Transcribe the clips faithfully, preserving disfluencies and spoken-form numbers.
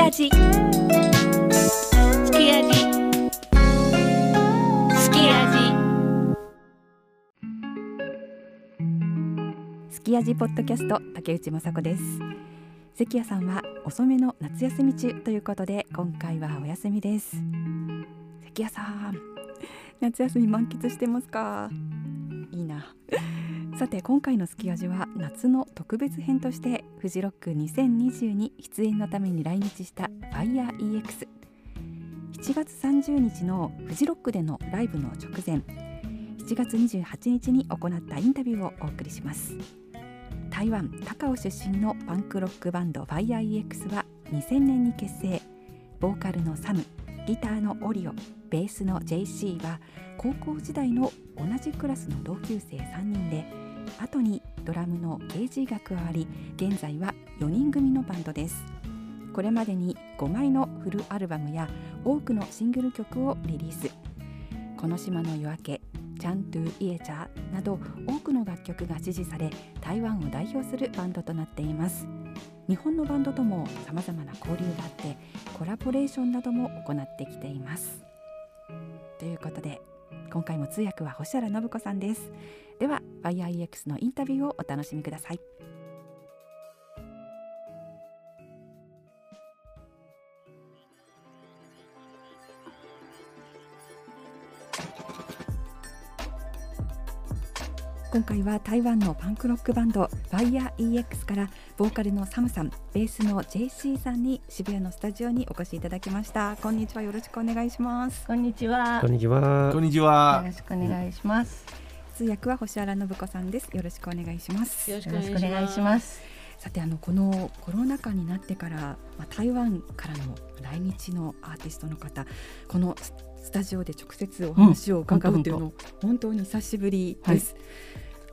味好き味好き味好き味ポッドキャスト、竹内雅子です。関谷さんは遅めの夏休み中ということで今回はお休みです。関谷さん、夏休み満喫してますか？いいな。さて今回の好き味は夏の特別編としてフジロックにせんにじゅうに出演のために来日した ファイヤーイーエックス。 しちがつさんじゅうにちのフジロックでのライブの直前、しちがつにじゅうはちにちに行ったインタビューをお送りします。台湾高雄出身のパンクロックバンド ファイヤーイーエックス はにせんねんに結成。ボーカルのサム、ギターのオリオ、ベースの ジェイシー は高校時代の同じクラスの同級生さんにんで、後にドラムの ケージー が加わり、現在はよにん組のバンドです。これまでにごまいのフルアルバムや多くのシングル曲をリリース。この島の夜明け、チャントゥイエチャーなど多くの楽曲が支持され、台湾を代表するバンドとなっています。日本のバンドともさまざまな交流があって、コラボレーションなども行ってきています。ということで今回も通訳は星原信子さんです。では ファイヤーイーエックス のインタビューをお楽しみください。今回は台湾のパンクロックバンド ファイヤーイーエックス からボーカルのサムさん、ベースの ジェイシー さんに渋谷のスタジオにお越しいただきました。こんにちは、よろしくお願いします。 こんにちは。 こんにちは。 こんにちは。 よろしくお願いします。 通訳は星原信子さんです。よろしくお願いします。 よろしくお願いします。 さて、あのこのコロナ禍になってから、まあ、台湾からの来日のアーティストの方、このスタジオで直接お話を伺うというの、うん、本当に久しぶりです。はい、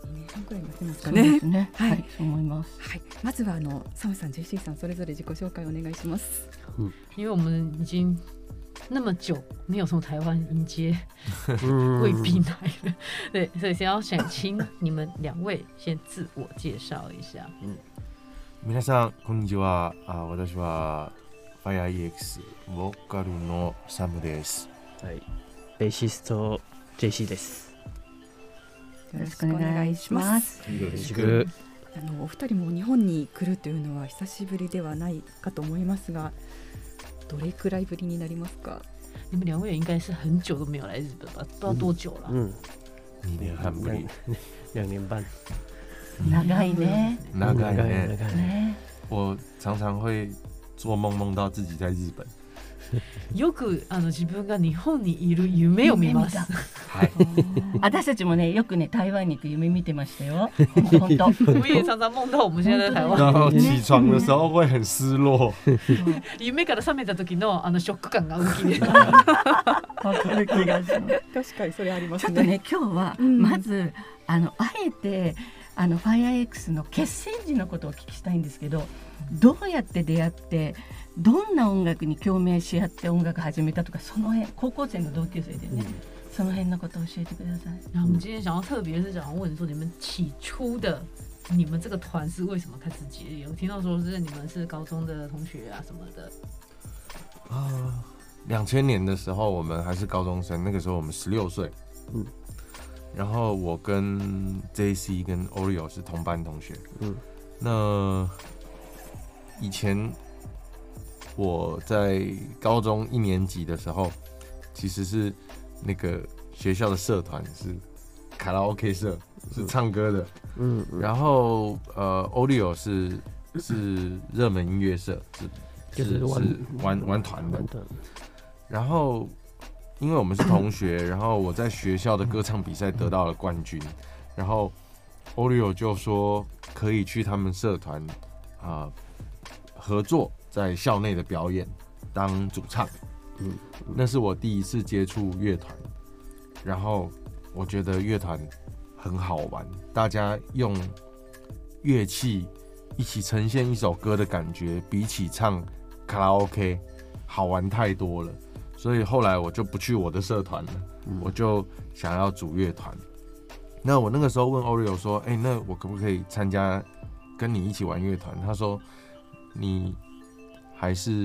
にねんはんくらいやってますかね。 そうですね。はい、はい、そう思います。 はい、まずはあのサムさん、ジェイシー さん、それぞれ自己紹介お願いします。 嗯，因为我们已经那么久没有从台湾迎接贵宾来了，对，所以先要想请你们两位先自我介绍一下。 嗯，皆さんこんにちは。あ、私は ファイヤーイーエックス ボーカルのサムです。 はい、ベーシスト ジェイシー です。 よろしくお願いします。 よろしく。 あのお二人も日本に来るというのは久しぶりではないかと思いますが、どれくらいぶりになりますか？ 你们两位应该是很久都没有来日本吧？不知道多久了。 嗯， にねんはんぶり。 两年半。 長いね。 長いね。 長いね。 我常常会做梦梦到自己在日本。 よくあの自分が日本にいる夢を見ます。 はい。 私たちもね、よくね台湾に行く夢見てましたよ。本当。 我也常常梦到我们现在在台湾。 然後起床的時候會很失落。 夢から覚めた時のあのショック感が大きい。 わかる気がする。 確かにそれありますね。 ちょっとね、今日はまず、うん、あのあえてあの ファイヤーエックス の結成時のことをお聞きしたいんですけど、どうやって出会って、どんな音楽に共鳴し合って音楽始めたとか、その辺、高校生の同級生でね、うん、その辺のことを教えてください。 然后我们今天想要特别是想问说，你们起初的你们这个团是为什么开始结业？有听到说是你们是高中的同学啊什么的。 啊，两千年的时候我们还是高中生，那个时候我们十六岁。嗯。然后我跟 J C 跟 Oreo 是同班同学。嗯。那以前我在高中一年级的时候，其实是那个学校的社团是卡拉 OK 社，是唱歌的。嗯。然后呃 ，Oreo 是是热门音乐社，是是是玩玩团的。然后因为我们是同学，然后我在学校的歌唱比赛得到了冠军，然后 Oreo 就说可以去他们社团啊、呃、合作，在校内的表演当主唱。嗯，那是我第一次接触乐团，然后我觉得乐团很好玩，大家用乐器一起呈现一首歌的感觉，比起唱卡拉 OK 好玩太多了。所以后来我就不去我的社团了，嗯、我就想要组乐团。那我那个时候问 Oreo 说：“哎、欸，那我可不可以参加跟你一起玩乐团？”他说：“你还是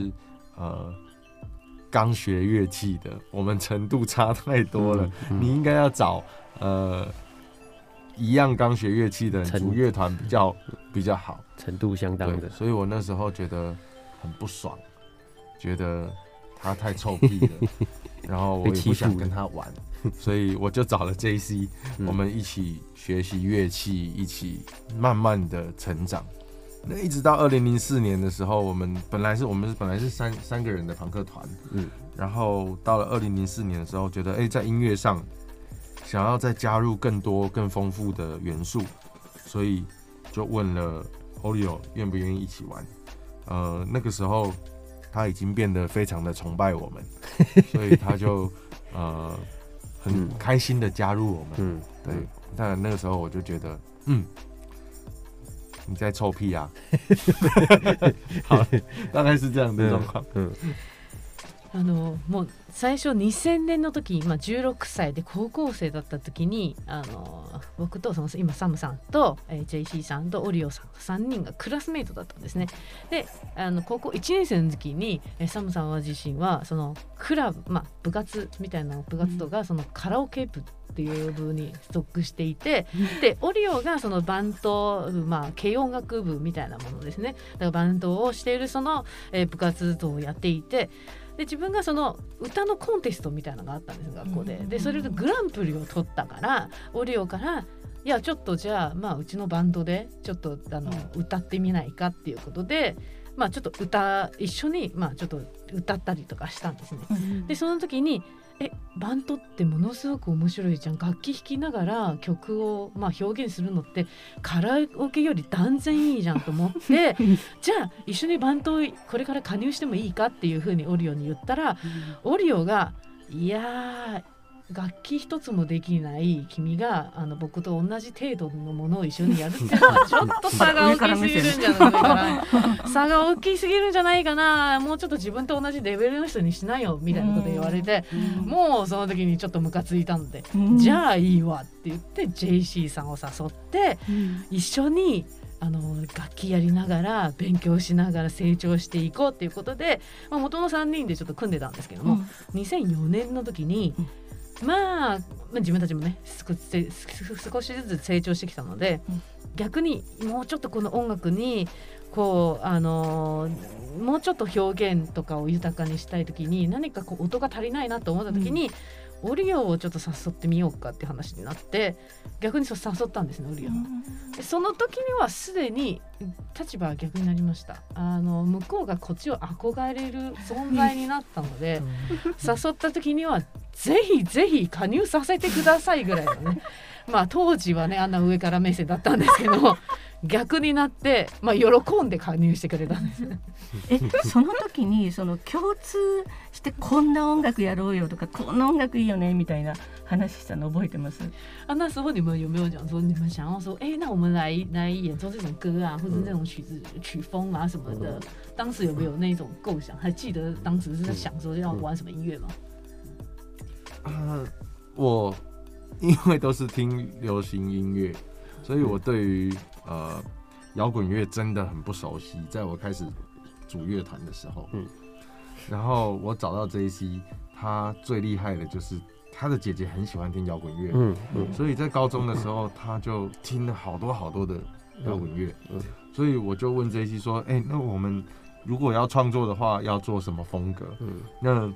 呃刚学乐器的，我们程度差太多了， 嗯嗯、 你应该要找呃一样刚学乐器的人组乐团比较比较好， 程度相当的。 所以我那时候觉得很不爽，觉得他太臭屁了，然后我也不想跟他玩，所以我就找了 J C，、嗯、我们一起学习乐器，一起慢慢的成长。那一直到二零零四年的时候，我们本来是我们本来是三三个人的朋克团，嗯，然后到了二零零四年的时候，觉得哎、欸，在音乐上想要再加入更多更丰富的元素，所以就问了 Oreo 愿不愿意一起玩。呃，那个时候他已经变得非常的崇拜我们，所以他就呃很开心的加入我们。嗯，对。但那个时候我就觉得，嗯。你在臭屁啊！好，大概是这样的状況。うんうんあのもう最初にせんねんの時、まあ、じゅうろくさいで高校生だった時にあの僕とその今サムさんと、えー、ジェイシー さんとオリオさんさんにんがクラスメイトだったんですね。であの高校いちねん生の時に、えー、サムさんは自身はそのクラブ、まあ、部活みたいな部活動がそのカラオケ部っていう部に属していて、でオリオがそのバンド、まあ、軽音楽部みたいなものですね。だからバンドをしているその、えー、部活動をやっていて、で自分がその歌のコンテストみたいなのがあったんです学校で。でそれでグランプリを取ったからオリオからいやちょっとじゃあ、まあ、うちのバンドでちょっとあの歌ってみないかっていうことで、まあ、ちょっと歌一緒に、まあ、ちょっと歌ったりとかしたんですね。でその時にえバンドってものすごく面白いじゃん、楽器弾きながら曲を、まあ、表現するのってカラオケより断然いいじゃんと思ってじゃあ一緒にバンドこれから加入してもいいかっていうふうにオリオに言ったら、うん、オリオがいやー楽器一つもできない君があの僕と同じ程度のものを一緒にやるっていうのはちょっと差が大きすぎるんじゃないかな差が大きすぎるんじゃないかな、もうちょっと自分と同じレベルの人にしないよみたいなこと言われて、もうその時にちょっとムカついたので、じゃあいいわって言って ジェイシー さんを誘って一緒にあの楽器やりながら勉強しながら成長していこうっていうことで、まあ、元のさんにんでちょっと組んでたんですけども、うん、にせんよねんの時に、うん、まあ自分たちもね少しずつ成長してきたので、うん、逆にもうちょっとこの音楽にこうあのー、もうちょっと表現とかを豊かにしたい時に何かこう音が足りないなと思った時に、うん、オリオをちょっと誘ってみようかっていう話になって逆にそう誘ったんですねオリオは。でその時にはすでに立場は逆になりました。あの向こうがこっちを憧れる存在になったので誘った時にはぜひぜひ加入させてくださいぐらいのねまあ当時はねあんな上から目線だったんですけど逆になって、まあ、喜んで加入してくれたんですえその時にその共通してこんな音楽やろうよとかこんな音楽いいよねみたいな話したの覚えてます？ 啊，那时候你们有没有讲说你们想要说，哎，那我们来来演奏这种歌啊，或者这种曲子曲风啊什么的？当时有没有那种构想？还记得当时是在想说要玩什么音乐吗？ 呃，我因为都是听流行音乐，所以我对于呃摇滚乐真的很不熟悉。在我开始组乐团的时候，嗯，然后我找到 J C， 他最厉害的就是他的姐姐很喜欢听摇滚乐，嗯嗯，所以在高中的时候他就听了好多好多的摇滚乐，嗯，所以我就问 J C 说，哎、欸，那我们如果要创作的话，要做什么风格？嗯，那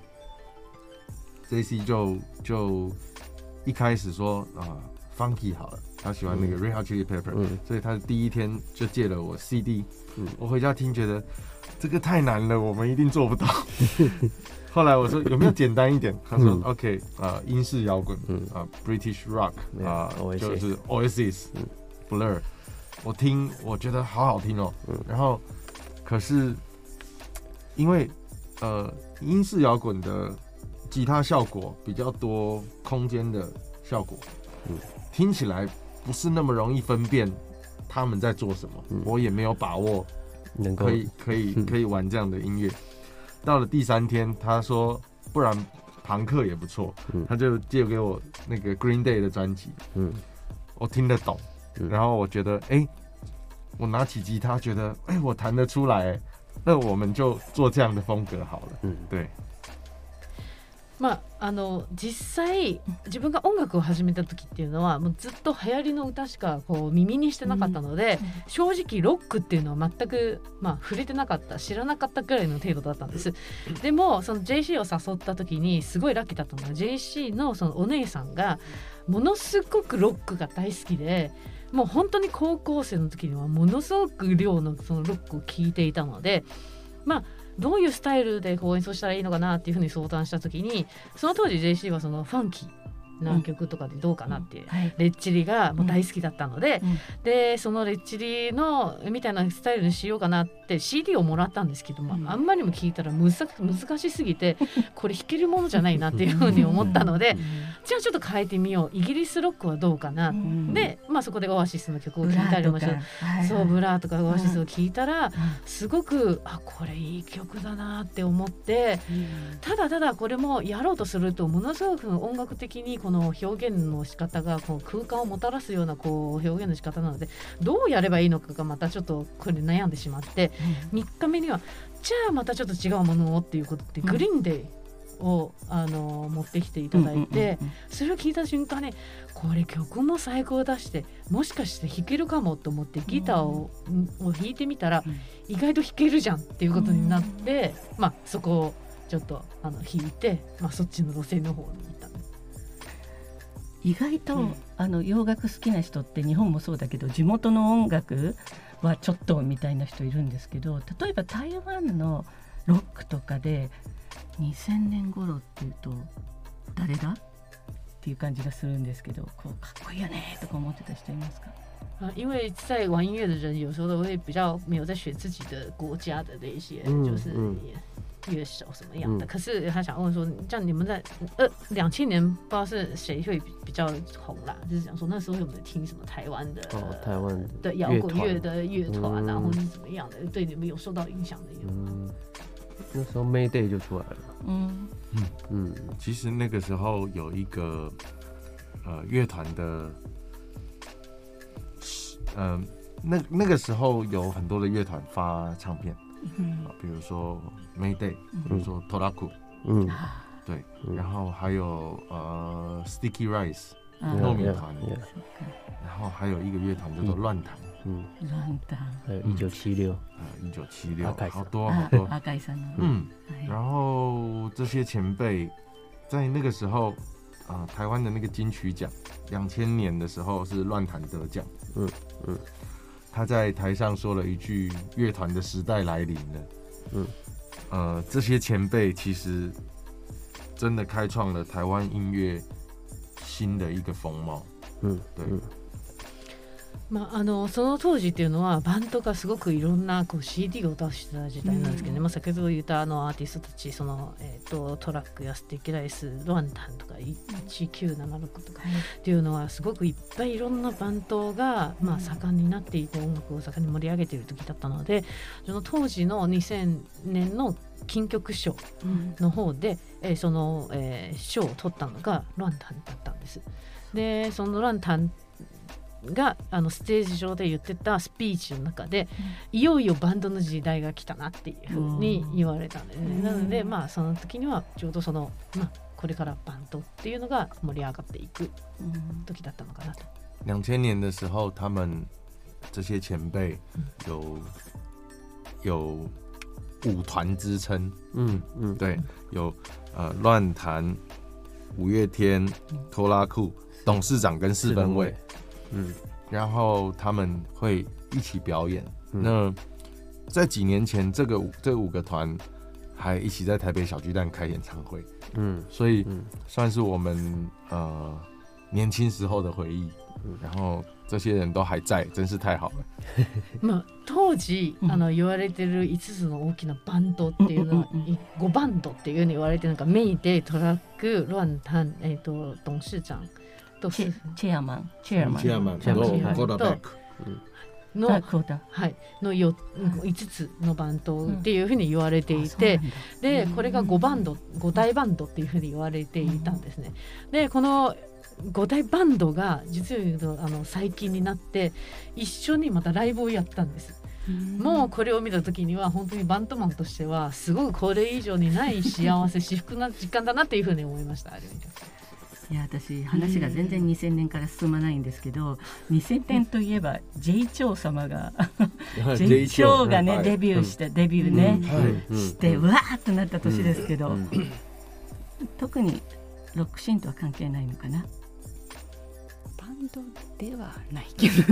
J C 就就一开始说啊、呃、，funky 好了，他喜欢那个 Red Hot Chili Pepper，、嗯、所以他第一天就借了我 C D，、嗯、我回家听觉得这个太难了，我们一定做不到。后来我说有没有简单一点？他说、嗯、OK， 啊、呃，英式摇滚，啊、嗯呃、，British Rock， 啊、呃，就是 Oasis、Blur，、嗯、我听我觉得好好听哦、喔嗯。然后可是因为呃英式摇滚的吉他效果比较多空间的效果、嗯，听起来不是那么容易分辨他们在做什么，嗯、我也没有把握能够可以可以、嗯、可以玩这样的音乐。到了第三天，他说不然朋克也不错、嗯，他就借给我那个 Green Day 的专辑，嗯，我听得懂，嗯、然后我觉得哎、欸，我拿起吉他觉得哎、欸，我弹得出来， 那我们就做这样的风格好了。 嗯， 对。 まあ、あの実際自分が音楽を始めた時っていうのはもうずっと流行りの歌しかこう耳にしてなかったので、うん、正直ロックっていうのは全く、まあ、触れてなかった知らなかったくらいの程度だったんです。でもその ジェーシー を誘った時にすごいラッキーだったのが ジェーシー の, そのお姉さんがものすごくロックが大好きで、もう本当に高校生の時にはものすごく量のそのロックを聴いていたので、まあどういうスタイルでこう演奏したらいいのかなっていうふうに相談した時に、その当時 ジェーシー はそのファンキーな曲とかでどうかなって、うんはい、レッチリがもう大好きだったので、うん、でそのレッチリのみたいなスタイルにしようかなって シーディー をもらったんですけども、うん、あんまりも聞いたらむず難しすぎてこれ弾けるものじゃないなっていうふうに思ったので、うん、じゃあちょっと変えてみよう、イギリスロックはどうかな、うん、で、まあ、そこでオアシスの曲を聴いたりもして、そうブラーとかオアシスを聴いたら、うん、すごくあこれいい曲だなって思って、うん、ただただこれもやろうとするとものすごく音楽的にこの表現の仕方がこう空間をもたらすようなこう表現の仕方なので、どうやればいいのかがまたちょっとこれ悩んでしまって、うん、みっかめにはじゃあまたちょっと違うものをっていうことで、うん、グリーンデイをあの持ってきていただいて、うんうんうんうん、それを聞いた瞬間ね、これ曲も最高だしてもしかして弾けるかもと思ってギターを、うん、を弾いてみたら、うん、意外と弾けるじゃんっていうことになって、うん、まあそこをちょっとあの弾いて、まあ、そっちの路線の方に行ったんです。 意外と、うん、あの洋楽好きな人って日本もそうだけど地元の音楽はちょっとみたいな人いるんですけど、例えば台湾のロックとかでにせんねん頃っていうと誰だっていう感じがするんですけど、こうかっこいいよねとか思ってた人いますか？ 啊，因为在玩音乐的人有时候都会比较没有在选自己的国家的那一些，嗯、就是乐手什么样的。嗯、可是他想问说，这样你们在呃两千年不知道是谁会比较红啦？就是讲说那时候有没有听什么台湾的、 哦、台湾的摇滚乐的乐团啊，或者是怎么样的，对你们有受到影响的有吗？嗯， 那时候 Mayday 就出来了。 嗯嗯嗯，其实那个时候有一个呃乐团的。嗯、呃，那那个时候有很多的乐团发唱片，嗯，比如说 Mayday，、嗯、比如说 Toraku， 嗯，对，嗯、然后还有呃 Sticky Rice 糯米团，然后还有一个乐团叫做乱弹， 嗯，乱弹， 还有一九七六， 呃，一九七六，好多好多， 阿盖山， 嗯，然后这些前辈在那个时候。啊、呃，台湾的那个金曲奖，两千年的时候是乱弹得奖。嗯嗯，他在台上说了一句：“乐团的时代来临了。”嗯，呃，这些前辈其实真的开创了台湾音乐新的一个风貌。嗯，对。嗯まあ、あのその当時っていうのはバンドがすごくいろんなこう シーディー を出してた時代なんですけどね、うんまあ、先ほど言ったあのアーティストたちその、えー、とトラックやスティッキライスロアンタンとかいちきゅうななろくとかっていうのはすごくいっぱいいろんなバンドが、まあ、盛んになっていて音楽を盛んに盛り上げている時だったので、その当時のにせんねんの金曲賞の方で、うんえー、その、えー、賞を取ったのがロアンタンだったんです。でそのロアンタンがあのステージ上で言ってたスピーチの中で、うん、いよいよバンドの時代が来たなっていうふうに言われたんですね、うん、なのでまあその時にはちょうどその、まあ、これからバンドっていうのが盛り上がっていく時だったのかなと。 两千年的时候他们这些前辈有、嗯、有舞团之称，嗯嗯对，有呃乱弹、五月天、拖拉库、董事长跟四分卫。嗯，然后他们会一起表演。嗯、那在几年前，这个这五个团还一起在台北小巨蛋开演唱会。嗯，所以算是我们呃年轻时候的回忆。嗯、然后这些人都还在，真是太好了。 まあ当時あの言われてるいつつの大きなバンドっていうのはごバンドっていうふうに言われてなんかメイデートラックロアンタンえっ、ー、と董事長。 チェアマン、チェアマン、 チェアマンのコーダバックの、はい、のよいつつのバンドっていうふうに言われていて、うん、でこれがごバンド、ご大バンドっていうふうに言われていたんですね。でこのご大バンドが実を言うとあの最近になって一緒にまたライブをやったんです。 もうこれを見た時には本当にバンドマンとしてはすごくこれ以上にない幸せ至福な時間だなっていうふうに思いました。あれ見ていや私話が全然にせんねんから進まないんですけど、にせんねんといえば J チョウ様がJ チョウがねデビューしてデビューねしてわーっとなった年ですけど、特にロックシーンとは関係ないのかな。 バンドではないけど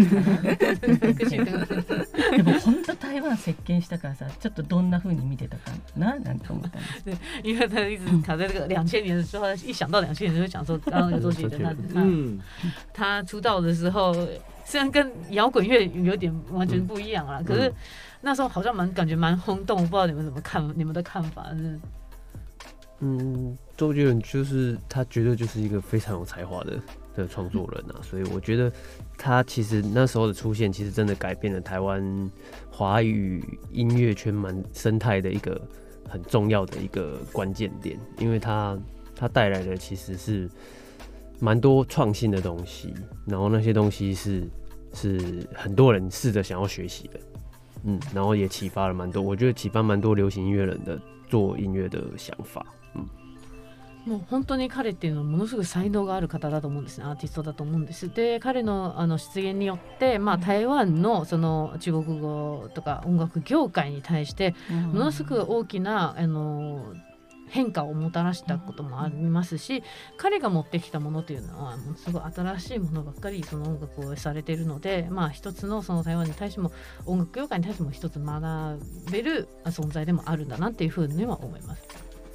でも本当台湾席巻したからさ、ちょっとどんな風に見てたかななんて思ったんです。 对，因为他一直卡在这个两千年的时候，一想到两千年就会想说，刚刚那个周杰伦，那那他出道的时候，虽然跟摇滚乐有点完全不一样啦，可是那时候好像蛮感觉蛮轰动，不知道你们怎么看，你们的看法是？ 嗯，周杰伦就是他绝对就是一个非常有才华的的创作人啊，所以我觉得他其实那时候的出现，其实真的改变了台湾华语音乐圈蛮生态的一个很重要的一个关键点，因为他他带来的其实是蛮多创新的东西，然后那些东西是是很多人试着想要学习的，嗯，然后也启发了蛮多，我觉得启发蛮多流行音乐人的做音乐的想法。 もう本当に彼っていうのはものすごく才能がある方だと思うんですね。アーティストだと思うんです。で彼のあの出現によって、まあ、台湾のその中国語とか音楽業界に対してものすごく大きなあの変化をもたらしたこともありますし、彼が持ってきたものというのはものすごい新しいものばっかりその音楽をされているので、まあ、一つのその台湾に対しても音楽業界に対しても一つ学べる存在でもあるんだなっていうふうには思います。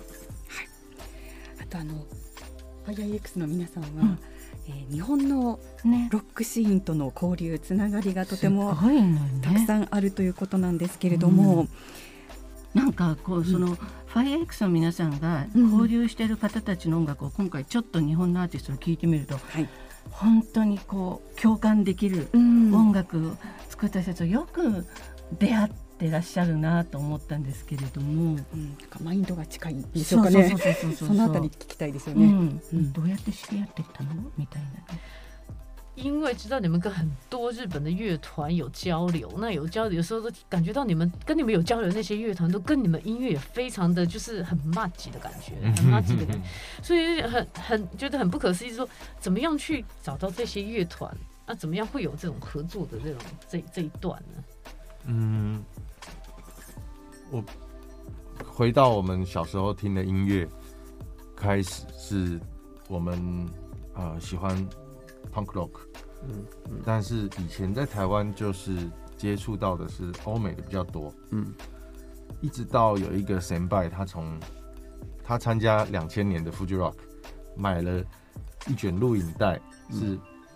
あとあの ファイアーエックス の皆さんは、うんえー、日本のロックシーンとの交流つながりがとてもたくさんあるということなんですけれども、 うん、なんかこうその、うん、ファイアーエックス の皆さんが交流している方たちの音楽を今回ちょっと日本のアーティストを聴いてみると、はい、本当にこう共感できる音楽を作った人たちとよく出会っててらっしゃるなと思ったんですけれども、うん、なんかマインドが近いんでしょうかね。そのあたり聞きたいですよね、うんうん、どうやって知り合ってったのみたいなね。 因为知道你们跟很多日本的乐团有交流，那有交流有时候都感觉到你们跟你们有交流的那些乐团都跟你们音乐也非常的就是很 match 的感觉，很 match 的感觉，所以很很觉得很不可思议，说怎么样去找到这些乐团，那、啊、怎么样会有这种合作的这种这这一段呢？ 嗯。我回到我们小时候听的音乐，开始是我们呃喜欢 punk rock， 嗯嗯，但是以前在台湾就是接触到的是欧美的比较多，嗯，一直到有一个前辈，他从他参加两千年的 Fuji Rock， 买了一卷录影带，是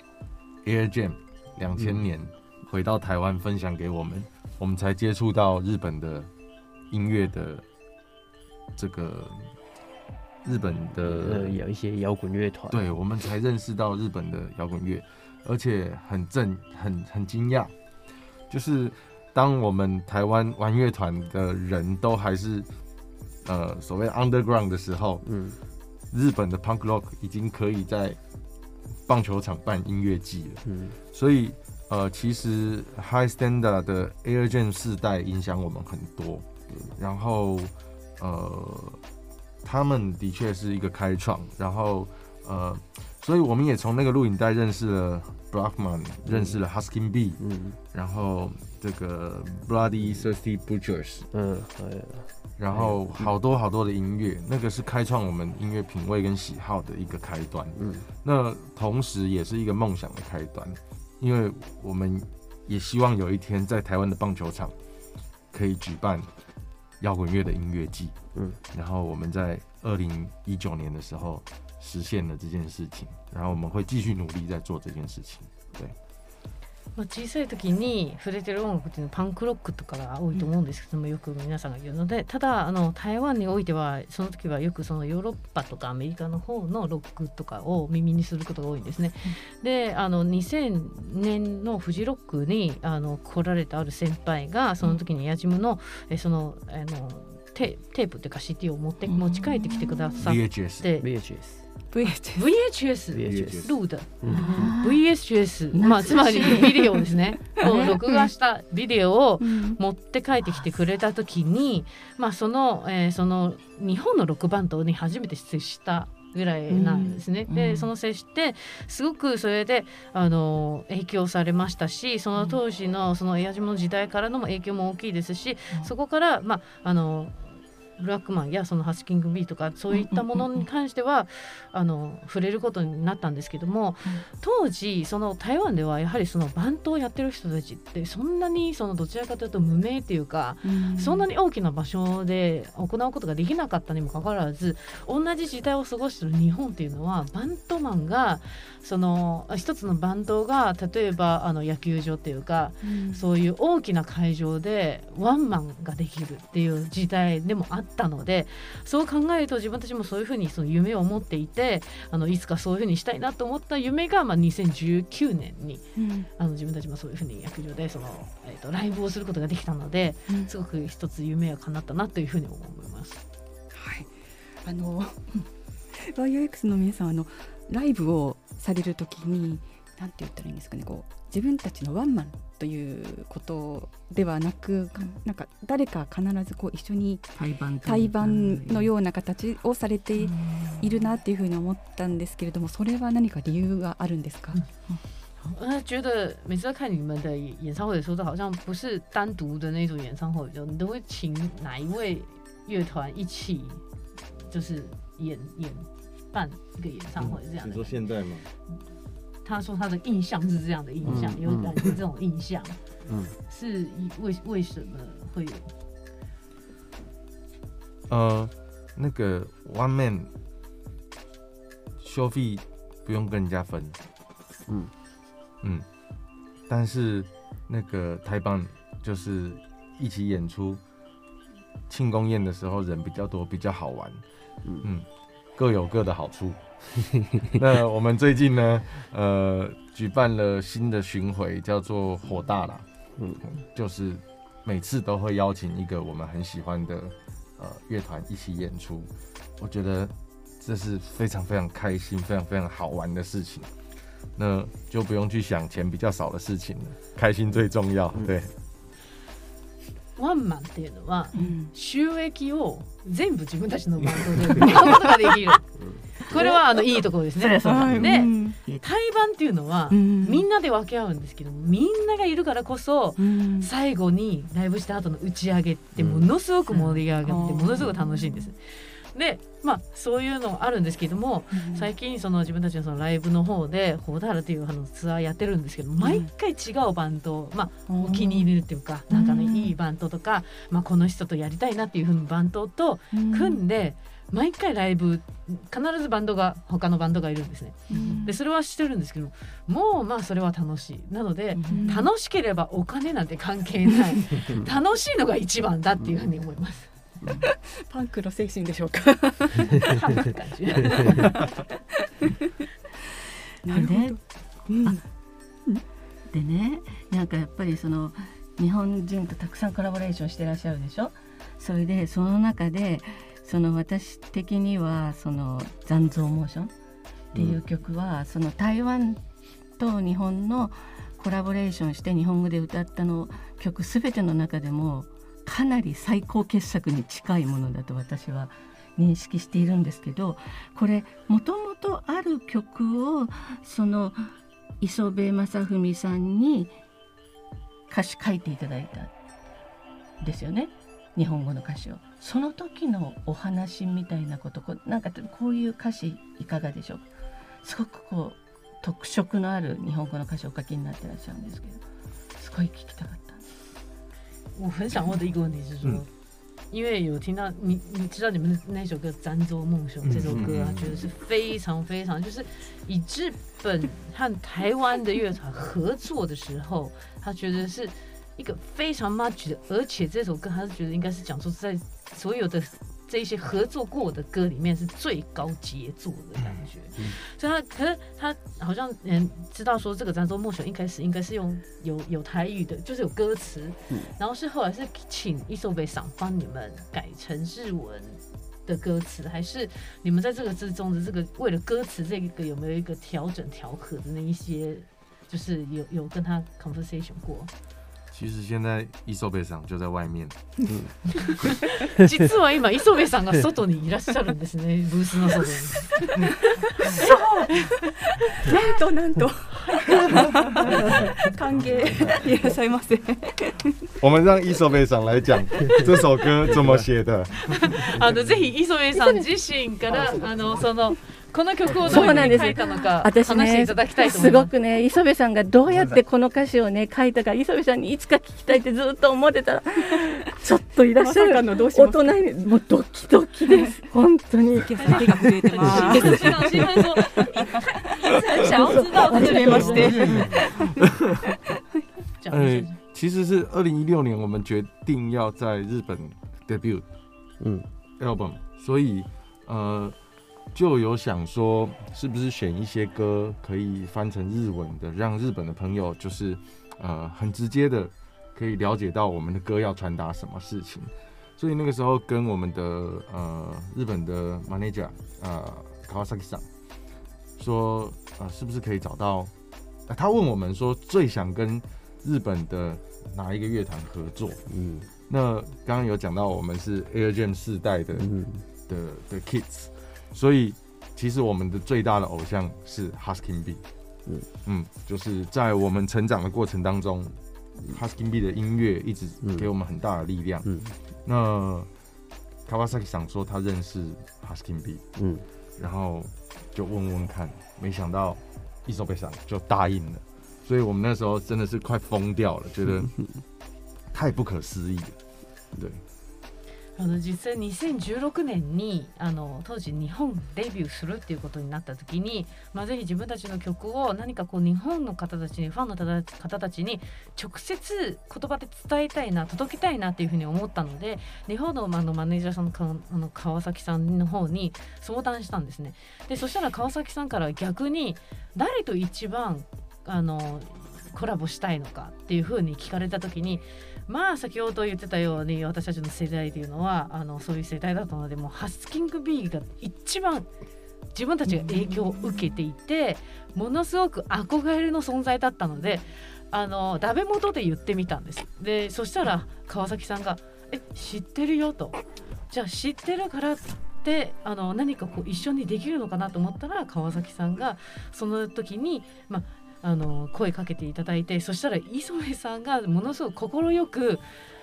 Air Jam 两千年回到台湾分享给我们，我们才接触到日本的音乐的这个日本的、 呃、有一些摇滚乐团， 对，我们才认识到日本的摇滚乐，而且很震很很惊讶，就是当我们台湾玩乐团的人都还是呃所谓 underground 的时候，嗯，日本的 punk rock 已经可以在棒球场办音乐季了，嗯，所以呃其实 High Standard 的 Air Jam 世代影响我们很多。然后，呃，他们的确是一个开创，然后，呃，所以我们也从那个录影带认识了 Blackman，、嗯、认识了 Husky B， 嗯，然后这个 Bloody Thirsty Butchers， 嗯，然后好多好多的音乐，那个是开创我们音乐品味跟喜好的一个开端，嗯，那同时也是一个梦想的开端，因为我们也希望有一天在台湾的棒球场可以举办摇滚乐的音乐季，嗯，然后我们在二零一九年的时候实现了这件事情，然后我们会继续努力在做这件事情。对。 まあ、小さい時に触れてる音楽っていうのはパンクロックとかが多いと思うんですけども、よく皆さんが言うので、ただあの台湾においてはその時はよくそのヨーロッパとかアメリカの方のロックとかを耳にすることが多いんですね。であのにせんねんのフジロックにあの来られたある先輩がその時にヤジムのえそのあのテ, テープというか シーディー を持って持ち帰ってきてくださって V H S V H S ブイエイチエス V H S ルーダ、 うん、 ブイエイチエス、まあ、つまりビデオですねを録画したビデオを持って帰ってきてくれた時に、まあ、その、えー、その日本のロックバンドに初めて接したぐらいなんですね、うん、でその接してすごくそれであの影響されましたし、その当時のそのエアジムの時代からの影響も大きいですし、うん、そこから、まあ、あのブラックマンやそのハスキングビーとかそういったものに関してはあの触れることになったんですけども、当時その台湾ではやはりそのバンドをやってる人たちってそんなにそのどちらかというと無名っていうか、そんなに大きな場所で行うことができなかったにもかかわらず、同じ時代を過ごしている日本っていうのはバンドマンがその一つのバンドが例えばあの野球場っていうか、そういう大きな会場でワンマンができるっていう時代でもあったので、そう考えると自分たちもそういうふうにその夢を持っていて、あのいつかそういうふうにしたいなと思った夢が、まあ、にせんじゅうきゅうねんに、うん、あの自分たちもそういうふうに野球場でその、えー、とライブをすることができたので、うん、すごく一つ夢が叶ったなというふうに思います。 はい、あの ワイオーエックス の皆さん、あのライブをされるときになんて言ったらいいんですかね、こう自分たちのワンマンということではなく、なんか誰か必ずこう一緒に対バン、対バンのような形をされているなっていうふうに思ったんですけれども、それは何か理由があるんですか？ 我觉得每次在看你们的演唱会的时候，都好像不是单独的那种演唱会，你都会请哪一位乐团一起，就是演演办一个演唱会这样的。 你说现在吗？ 他说他的印象是这样的印象，嗯、有感觉这种印象，嗯，是为为什么会有？ 呃，那个 One Man 收费不用跟人家分，嗯嗯，但是那个台邦就是一起演出，庆功宴的时候人比较多，比较好玩，嗯嗯，各有各的好处。那我们最近呢，呃，举办了新的巡回，叫做火大啦，嗯，就是每次都会邀请一个我们很喜欢的呃乐团一起演出，我觉得这是非常非常开心、非常非常好玩的事情。那就不用去想钱比较少的事情了，开心最重要。对。 ワンマンっていうのは、うん、収益を全部自分たちのバンドで買うことができる。これはあのいいところですね。で、対バンっていうのは、うん、みんなで分け合うんですけども、みんながいるからこそ、うん、最後にライブした後の打ち上げってものすごく盛り上がってものすごく楽しいんです。で、まあ、そういうのあるんですけども、うん、最近その自分たちのそのライブの方でホーダールっていうあのツアーやってるんですけど、毎回違うバンド、まあ、お気に入りっていうか、なんかね、いいバンドとか、まあ、この人とやりたいなっていう風にバンドと組んで、毎回ライブ必ずバンドが他のバンドがいるんですね。でそれはしてるんですけどもうまあそれは楽しいなので、楽しければお金なんて関係ない楽しいのが一番だっていう風に思います。 パンクの精神でしょうか。 パンク感じ。なるほど。でね、なんかやっぱりその日本人とたくさんコラボレーションしてらっしゃるでしょ。それでその中でその私的にはその残像モーションっていう曲は、うん、その台湾と日本のコラボレーションして日本語で歌ったの曲すべての中でもかなり最高傑作に近いものだと私は認識しているんですけど、これもともとある曲をその磯部正文さんに歌詞書いていただいたんですよね、日本語の歌詞を。その時のお話みたいなこと、こなんかこういう歌詞いかがでしょうか。すごくこう特色のある日本語の歌詞をお書きになってらっしゃるんですけど、すごい聞きたかった。 我很想问的一个问题是说，嗯、因为有听到你，你知道你们那首歌《簪州梦熊》这首歌啊，嗯、觉得是非常非常，就是以日本和台湾的乐团合作的时候，他觉得是一个非常 match 的，而且这首歌他是觉得应该是讲说在所有的这一些合作过的歌里面是最高杰作的感觉。嗯、所以他可是他好像嗯知道说这个《漳州梦想》一开始应该是用有有台语的，就是有歌词，嗯、然后是后来是请一首北赏帮你们改成日文的歌词，还是你们在这个之中的这个为了歌词这个有没有一个调整调和的那一些，就是有有跟他 conversation 过？ 其实现在磯部さん就在外面。 うん、実は今磯部さんが外にいらっしゃるんですね。ブースの外に。 そう。なんとなんと。歓迎いらっしゃいませ。 我们让磯部さん来讲这首歌怎么写的。 あのぜひ磯部さん自身からあのその。この曲をどういうふうに書いたのか話していただきたいと思います。 すごくね、磯部さんがどうやってこの歌詞をね書いたか、磯部さんにいつか聞きたいってずっと思ってたらちょっといらっしゃる、ま、大人にもうドキドキです。本当に手が震えてます。 想要知道はじめまして。 呃，其实是二零一六年我们决定要在日本 debut 嗯 album， 所以呃。就有想说，是不是选一些歌可以翻成日文的，让日本的朋友就是呃很直接的可以了解到我们的歌要传达什么事情。所以那个时候跟我们的呃日本的 manager 呃 Kawasaki さん说，呃是不是可以找到、呃？他问我们说最想跟日本的哪一个乐团合作？嗯，那刚刚有讲到我们是 Air Jam 世代的、嗯、的的 kids。所以，其实我们的最大的偶像是 Husking B， 嗯嗯，就是在我们成长的过程当中、嗯、，Husking B 的音乐一直给我们很大的力量。嗯，那 Kawasaki 想说他认识 Husking B， 嗯，然后就问问看，没想到磯部さん就答应了，所以我们那时候真的是快疯掉了，觉得太不可思议了，对。 あの実際にせんじゅうろくねんにあの当時日本デビューするっていうことになった時に、まあ、ぜひ自分たちの曲を何かこう日本の方たちにファンの方たちに直接言葉で伝えたいな、届けたいなっていうふうに思ったので、日本の、あのマネージャーさんの、かあの川崎さんの方に相談したんですね。でそしたら川崎さんから逆に誰と一番あのコラボしたいのかっていうふうに聞かれた時に、まあ先ほど言ってたように私たちの世代というのはあのそういう世代だったので、もうハスキング B が一番自分たちが影響を受けていて、ものすごく憧れの存在だったので、あのダメ元で言ってみたんです。でそしたら川崎さんがえ知ってるよと、じゃあ知ってるからってあの何かこう一緒にできるのかなと思ったら、川崎さんがその時にまああの声かけていただいて、そしたら磯部さんがものすごく快く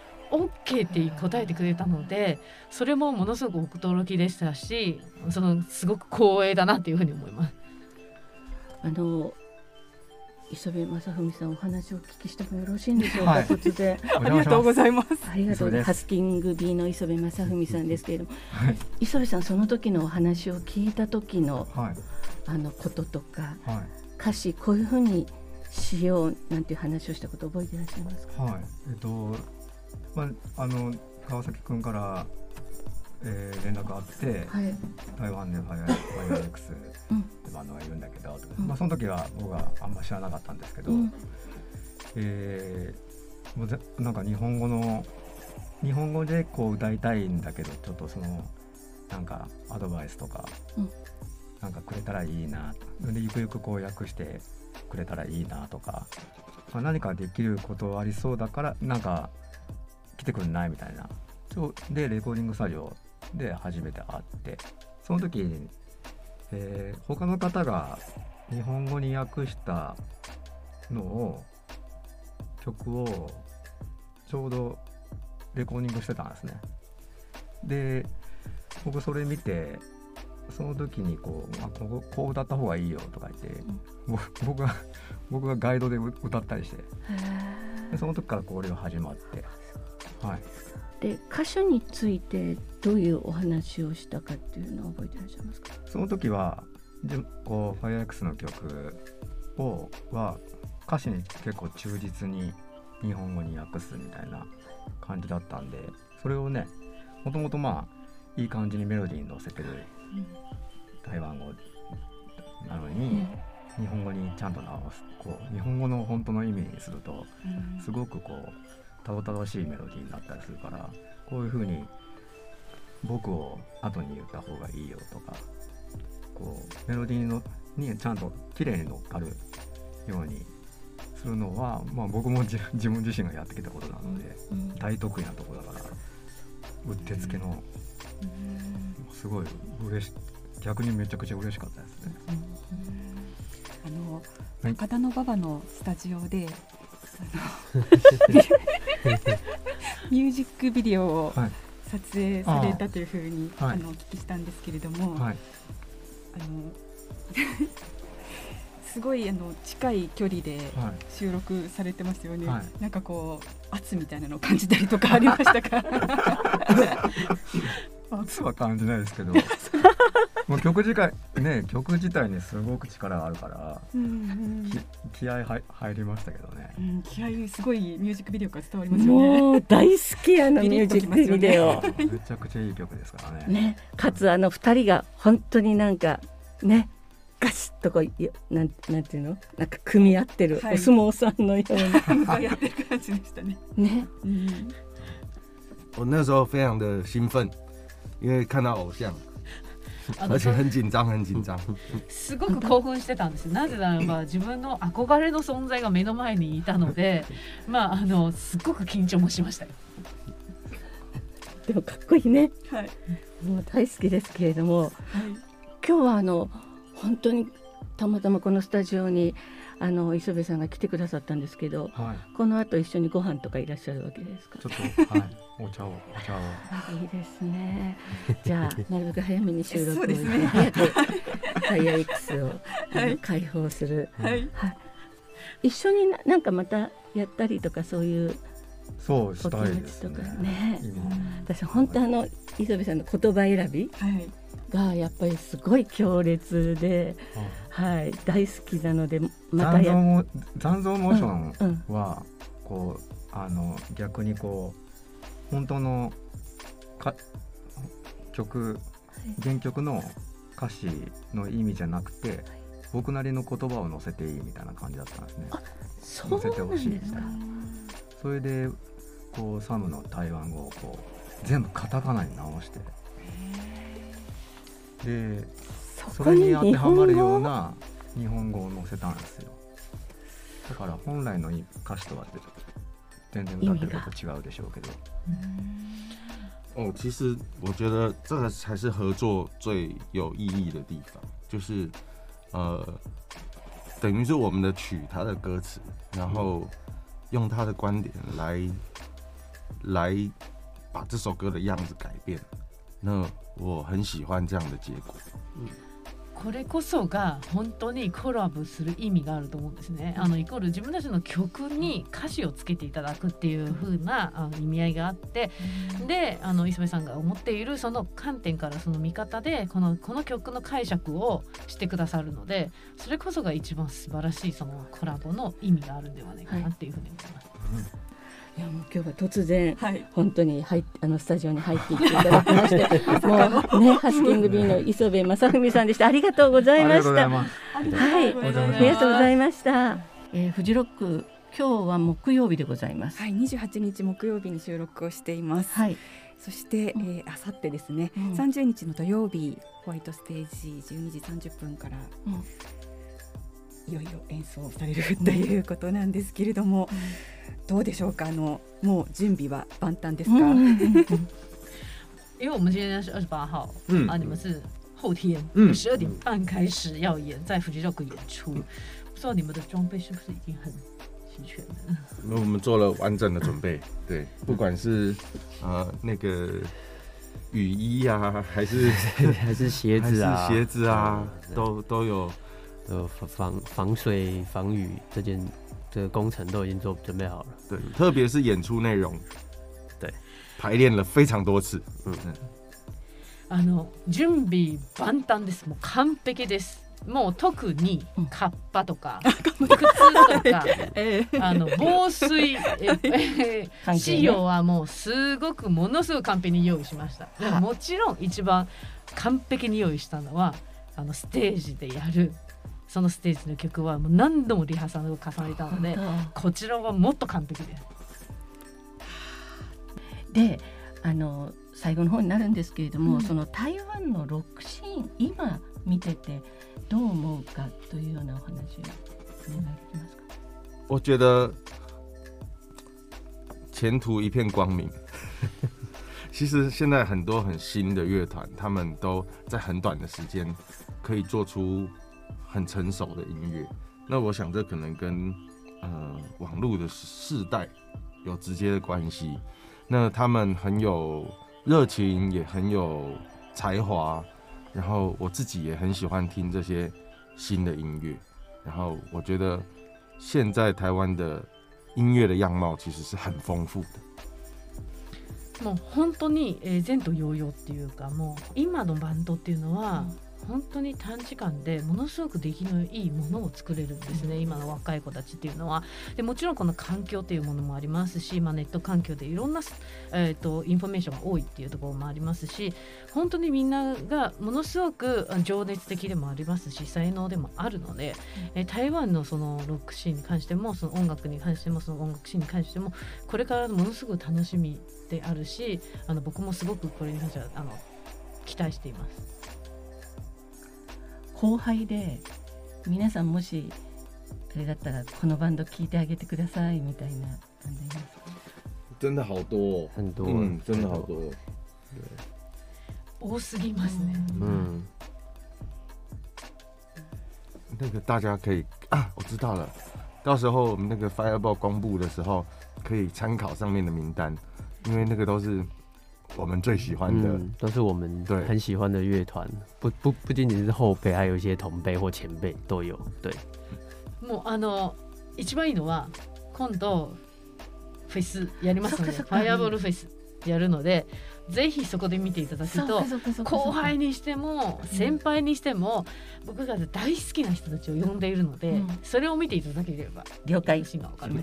OK って答えてくれたので、それもものすごく驚きでしたし、そのすごく光栄だなというふうに思います。 あの磯部正文さん、お話をお聞きしてもよろしいんでしょうか。はい、突然ありがとうございます。 ありがとうございます。ハスキング B の磯部正文さんですけれども、はい、磯部さんその時のお話を聞いた時の、はい、あのこととか、はい、歌詞こういうふうにしようなんていう話をしたこと覚えていらっしゃいますか。 はい、えっとまあ、あの川崎君から、えー、連絡あって、はい、台湾でファイアー X ってバンドがいるんだけど、うんまあ、その時は僕はあんま知らなかったんですけど、うんえー、もうぜなんか日本語の日本語でこう歌いたいんだけど、ちょっとそのなんかアドバイスとか、うん、なんかくれたらいいな、でゆくゆくこう訳してくれたらいいなとか、まあ、何かできることありそうだからなんか来てくんないみたいなでレコーディング作業で初めて会って、その時に、えー、他の方が日本語に訳したのを曲をちょうどレコーディングしてたんですね。で僕それ見て、その時にこう、あ、こここう歌った方がいいよとか言って、うん、僕が僕がガイドで歌ったりして、でその時からこれが始まって、はい、 で歌手についてどういうお話をしたかっていうのを覚えていらっしゃいますか。 その時はこう ファイアー X の曲をは歌詞に結構忠実に日本語に訳すみたいな感じだったんで、それをねもともとまあいい感じにメロディーに乗せてる台湾語なのに、日本語にちゃんと直す、こう日本語の本当の意味にするとすごくこうたどたどしいメロディーになったりするから、こういう風に僕を後に言った方がいいよとか、こうメロディーのにちゃんと綺麗に乗っかるようにするのは、まあ、僕も自分自身がやってきたことなので、うん、大得意なところだから、うってつけの、うん、すごい嬉し逆にめちゃくちゃ嬉しかったですね。 あの、はい、高田馬場のスタジオでミュージックビデオを撮影されたというふうに、はい、あのお聞きしたんですけれども、はい、あのすごいあの近い距離で収録されてますよね、はい、なんかこう圧みたいなのを感じたりとかありましたか？ 圧は感じないですけどもう曲自体、ね、曲自体にすごく力があるから、うんうん、気合い入りましたけどね、 うん、気合すごいミュージックビデオから伝わりますよね。 もう大好きやのミュージックビデオめちゃくちゃいい曲ですからね。 ね、かつあのふたりが本当になんかねガシッとこう なん, なんていうのなんか組み合ってる、はい、お相撲さんのようにやってる感じでしたね。 ね、 うん、我那時候非常的興奮，因为看到偶像。而且很緊張很緊張すごく興奮してたんです。なぜならば自分の憧れの存在が目の前にいたのでまああのすごく緊張もしましたよ。 でもかっこいいね、 はい、 もう大好きですけれども、はい、今日はあの本当にたまたまこのスタジオにあの磯部さんが来てくださったんですけど、はい、この後一緒にご飯とかいらっしゃるわけですか？ ちょっと、はい、お茶をお茶をいいですね。じゃあなるべく早めに収録をして、ね、早くファイアー X を、はい、開放する、 はいはい、 一緒に な, なんかまたやったりとかそういうそうしたいですね。 ね、私本当あの磯部さんの言葉選び、はいがやっぱりすごい強烈で、はい、大好きなのでまたや残像モーションはこうあの逆にこう本当のか曲原曲の歌詞の意味じゃなくて僕なりの言葉を載せていいみたいな感じだったんですね。 あ、そうなんですか。載せてほしいですか。 それでこうサムの台湾語をこう全部カタカナに直してで そ, それに当てはまるような日本語を載せたんですよ。だから本来の歌詞とは全然歌ってること違うでしょうけど。 哦，其实我觉得这个才是合作最有意义的地方，就是呃，等于是我们的曲，它的歌词，然后用他的观点来来把这首歌的样子改变。那我很喜欢这样的結果。うん、 これこそが本当にコラボする意味があると思うんですね。あのイコール自分たちの曲に歌詞をつけていただくっていう風なあの意味合いがあって、であの磯部さんが思っているその観点からその見方でこのこの曲の解釈をしてくださるので、それこそが一番素晴らしいそのコラボの意味があるんではないかなっていう風に思います。はい、 いやもう今日は突然、はい、本当に入あのスタジオに入っていっていただきましてもうねハスキング B の磯部正文さんでした。ありがとうございました。はい、ありがとうございました。えー、フジロック今日は木曜日でございます。 はい、にじゅうはちにち木曜日に収録をしています。はい、そして、うん、えー、あさってですね、うん、さんじゅうにちの土曜日ホワイトステージじゅうにじさんじゅっぷんから、うん、いよいよ演奏されるということなんですけれども、うん、どうでしょうか。あのもう準備は万端ですか？うんうんうん、 因为我们今天是二十八号、嗯、啊，你们是后天十二点半开始要演在福吉 Rock 演出，不知道你们的装备是不是已经很齐全了？ 我们做了完整的准备，对，不管是呃那个雨衣啊，还是还是鞋子啊， 鞋子啊，都都有呃防防水防雨这件。这个工程都已经做准备好了， 对，特别是演出内容，对，排练了非常多次。嗯， あの準備万端です。もう完璧です。 もう特にカッパとか、うん、靴とか、えー、あの防水えー、仕様はもうすごくものすごく完璧に用意しました。でももちろん一番完璧に用意したのはあのステージでやるそのステージの曲はもう何度もリハーサルを重ねたので、こちらはもっと完璧です。 であの最後の方になるんですけれども、うん、その台湾のロックシーン今見ててどう思うかというようなお話をお願いできますか？ 我觉得前途一片光明。其实现在很多很新的乐团，他们都在很短的时间可以做出很成熟的音乐。那我想这可能跟呃网络的世代有直接的关系。那他们很有热情，也很有才华，然后我自己也很喜欢听这些新的音乐。然后我觉得现在台湾的音乐的样貌其实是很丰富的。 もう本当に、えー、前途洋々っていうか、もう今のバンドっていうのは、うん、本当に短時間でものすごく出来のいいものを作れるんですね、今の若い子たちっていうのは。でもちろんこの環境っていうものもありますし、まあ、ネット環境でいろんな、えー、とインフォメーションが多いっていうところもありますし、本当にみんながものすごく情熱的でもありますし才能でもあるので、えー、台湾のそのロックシーンに関してもその音楽に関してもその音楽シーンに関してもこれからものすごく楽しみであるし、あの僕もすごくこれに関してはあの期待しています。 後輩で皆さんもしあれだったらこのバンド聴いてあげてくださいみたいな感じですか？ 真的好多很多、嗯、真的好多多すぎますね。嗯， 那个大家可以啊，我知道了，到时候我们那个 Fireball 公布的时候可以参考上面的名单，因为那个都是我们最喜欢的、嗯、 都是我们很喜欢的乐团，不不不仅仅是后辈，还有一些同辈或前辈都有。对。 もうあの一番いいのは今度フェスやりますので、ファイアボールフェスやるので、ぜひそこで見ていただくと、後輩にしても先輩にしても僕が大好きな人たちを呼んでいるので、うん、それを見ていただければ了解が分かるです。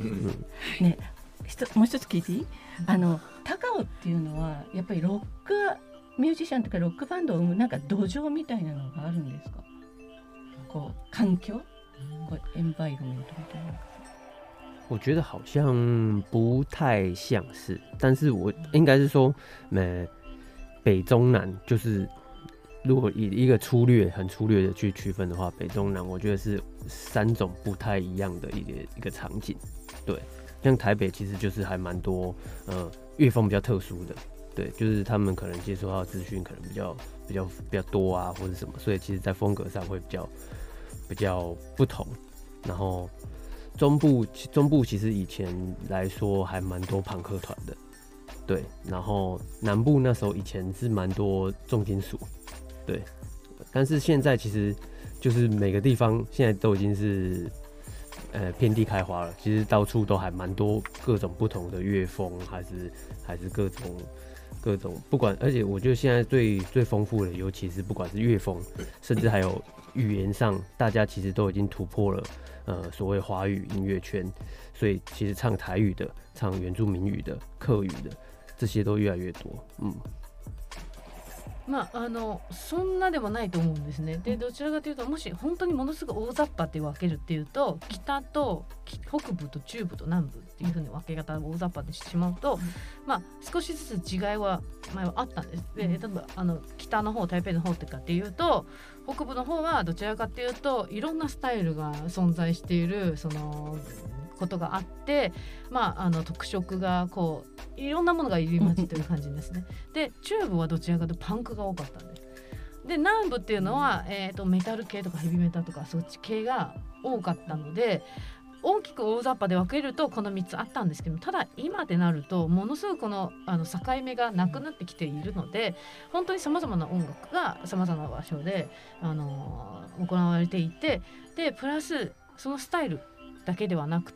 ね、もう一つ聞いていい？あの高尾っていうのはやっぱりロックミュージシャンとかロックバンドを生むなんか土壌みたいなのがあるんですか？こう環境、こうエンバイロメントみたいな。 我觉得好像不太像是，但是我应该是说，呃，北中南就是如果以一个粗略、很粗略的去区分的话，北中南我觉得是三种不太一样的一个一个场景。对，像台北其实就是还蛮多呃乐风比较特殊的，对，就是他们可能接触到资讯可能比较比较比较多啊，或者什么，所以其实在风格上会比较比较不同，然后。中部中部其实以前来说还蛮多朋克团的，对，然后南部那时候以前是蛮多重金属，对，但是现在其实就是每个地方现在都已经是呃遍地开花了，其实到处都还蛮多各种不同的乐风，还是还是各种各种不管，而且我觉得现在最最丰富的，尤其是不管是乐风，甚至还有语言上，大家其实都已经突破了。呃，所谓华语音乐圈，所以其实唱台语的、唱原住民语的、客语的，这些都越来越多。嗯。 まあ、あのそんなでもないと思うんですね。でどちらかというともし本当にものすごく大雑把って分けるっていうと北と北部と中部と南部っていうふうに分け方を大雑把にしてしまうと、まあ、少しずつ違いは前はあったんです。で例えばあの北の方台北の方ってかっていうと北部の方はどちらかっていうといろんなスタイルが存在しているそのことがあって、まあ、あの特色がこういろんなものが入り混じってる感じですね。で中部はどちらかというとパンクが多かったんです。で南部っていうのは、えー、とメタル系とかヘビメタとかそっち系が多かったので大きく大雑把で分けるとこのみっつあったんですけど、ただ今でなるとものすごくこの、あの境目がなくなってきているので本当にさまざまな音楽がさまざまな場所で、あのー、行われていて、でプラスそのスタイルだけではなくて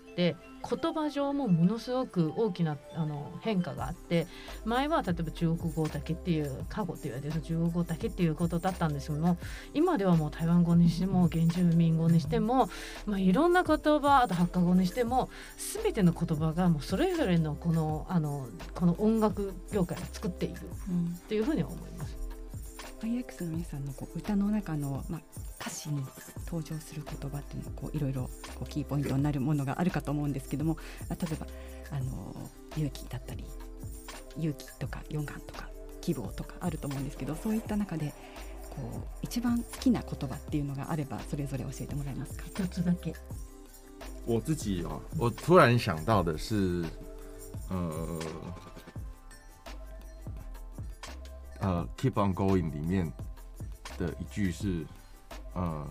って言葉上もものすごく大きなあの変化があって、前は例えば中国語だけっていう過語って言われてる中国語だけっていうことだったんですけども、今ではもう台湾語にしても原住民語にしても、まあ、いろんな言葉、あとハッカ語にしても全ての言葉がもうそれぞれのこの、あのこの音楽業界を作っているっていうふうに思います。 アイエックス の皆さんのこう歌の中の、まあ、歌詞に登場する言葉っていうのはこういろいろこうキーポイントになるものがあるかと思うんですけども、例えばあの勇気だったり勇気とか勇敢とか希望とかあると思うんですけど、そういった中でこう一番好きな言葉っていうのがあればそれぞれ教えてもらえますか？ 一つだけ。 我自己哦，我突然想到的是，呃。呃 ，Keep on Going 里面的一句是，呃，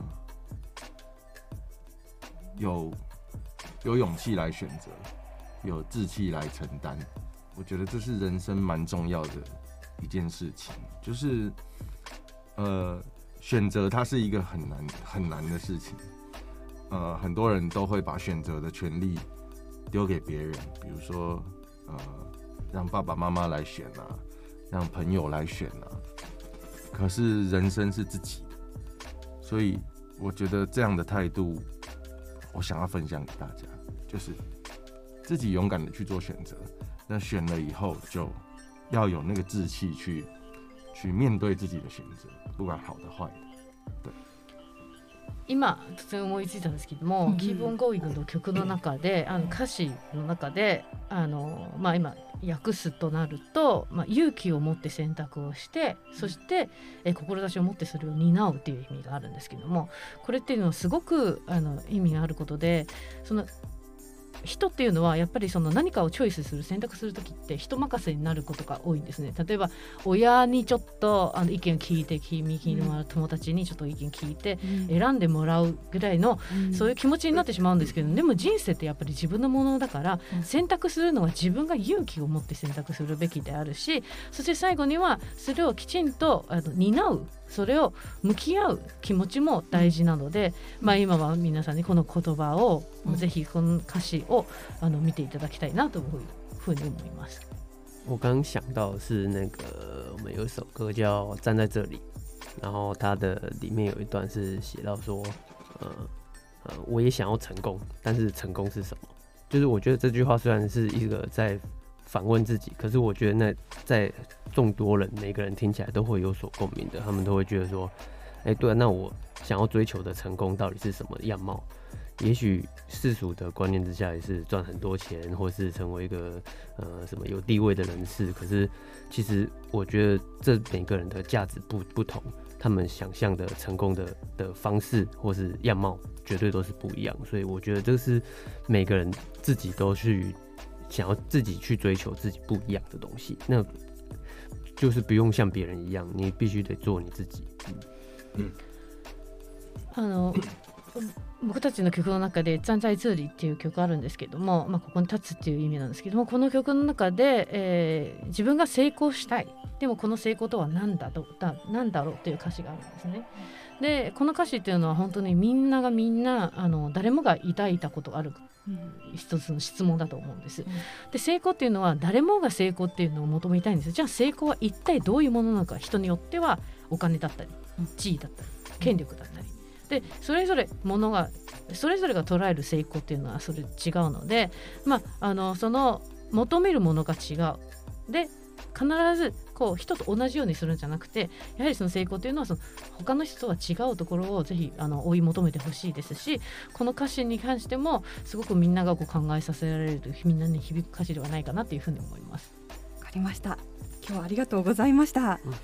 有有勇气来选择，有志气来承担。我觉得这是人生蛮重要的一件事情，就是呃，选择它是一个很难很难的事情。呃，很多人都会把选择的权利丢给别人，比如说呃，让爸爸妈妈来选啊。让朋友来选啊，可是人生是自己的，所以我觉得这样的态度，我想要分享给大家，就是自己勇敢的去做选择，那选了以后就要有那个志气去去面对自己的选择，不管好的坏的。对。 今突然思いついたんですけども、Keep on Going の曲の中で、あの歌詞の中で、あのまあ今訳すとなると、まあ、勇気を持って選択をして、そしてえ志を持ってそれを担うという意味があるんですけども、これっていうのはすごくあの意味があることで、その人っていうのはやっぱりその何かをチョイスする選択するときって人任せになることが多いんですね。例えば親にちょっとあの意見を聞いて、君の友達にちょっと意見聞いて選んでもらうぐらいの、うん、そういう気持ちになってしまうんですけど、でも人生ってやっぱり自分のものだから、選択するのは自分が勇気を持って選択するべきであるし、そして最後にはそれをきちんとあの担う、それを向き合う気持ちも大事なので、まあ、今は皆さんにこの言葉を、うん、ぜひこの歌詞をあの見ていただきたいなというふうに思います。 我刚想到的是那个我们有一首歌叫《站在这里》，然后它的里面有一段是写到说，呃呃，我也想要成功，但是成功是什么？就是我觉得这句话虽然是一个在反问自己，可是我觉得那在众多人每个人听起来都会有所共鸣的，他们都会觉得说，哎、欸，对啊，那我想要追求的成功到底是什么样貌？也许世俗的观念之下也是赚很多钱，或是成为一个呃什么有地位的人士，可是其实我觉得这每个人的价值不不同，他们想象的成功的的方式或是样貌绝对都是不一样，所以我觉得这是每个人自己都去想要自己去追求自己不一样的东西，那就是不用像别人一样，你必须得做你自己。 嗯，あの僕たちの曲の中で「站在这里」っていう曲あるんですけども、まあ、ここに立つっていう意味なんですけども、この曲の中で、えー、自分が成功したい、でもこの成功とは何だろう、だ、何だろうっていう歌詞があるんですね。でこの歌詞っていうのは本当にみんながみんなあの誰もが抱いたことがある一つの質問だと思うんです。で成功っていうのは誰もが成功っていうのを求めたいんです。じゃあ成功は一体どういうものなのか、人によってはお金だったり地位だったり権力だったりで、それぞれものがそれぞれが捉える成功っていうのはそれ違うので、まあ、あのその求めるものが違うで、必ずこう人と同じようにするんじゃなくて、やはりその成功というのはその他の人とは違うところをぜひあの追い求めてほしいですし、この歌詞に関してもすごくみんながこう考えさせられる、みんなに響く歌詞ではないかなというふうに思います。 わかりました。今日はありがとうございました。うん、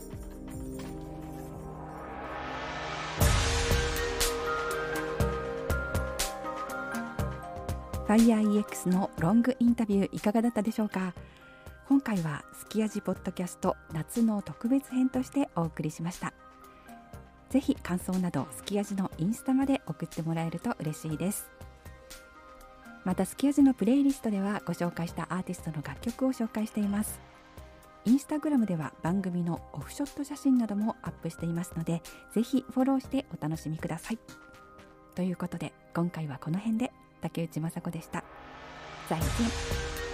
ファイヤーイーエックス のロングインタビューいかがだったでしょうか。今回はすきやじポッドキャスト夏の特別編としてお送りしました。ぜひ感想などすきやじのインスタまで送ってもらえると嬉しいです。またすきやじのプレイリストではご紹介したアーティストの楽曲を紹介しています。インスタグラムでは番組のオフショット写真などもアップしていますので、ぜひフォローしてお楽しみください。ということで今回はこの辺で竹内雅子でした。再见。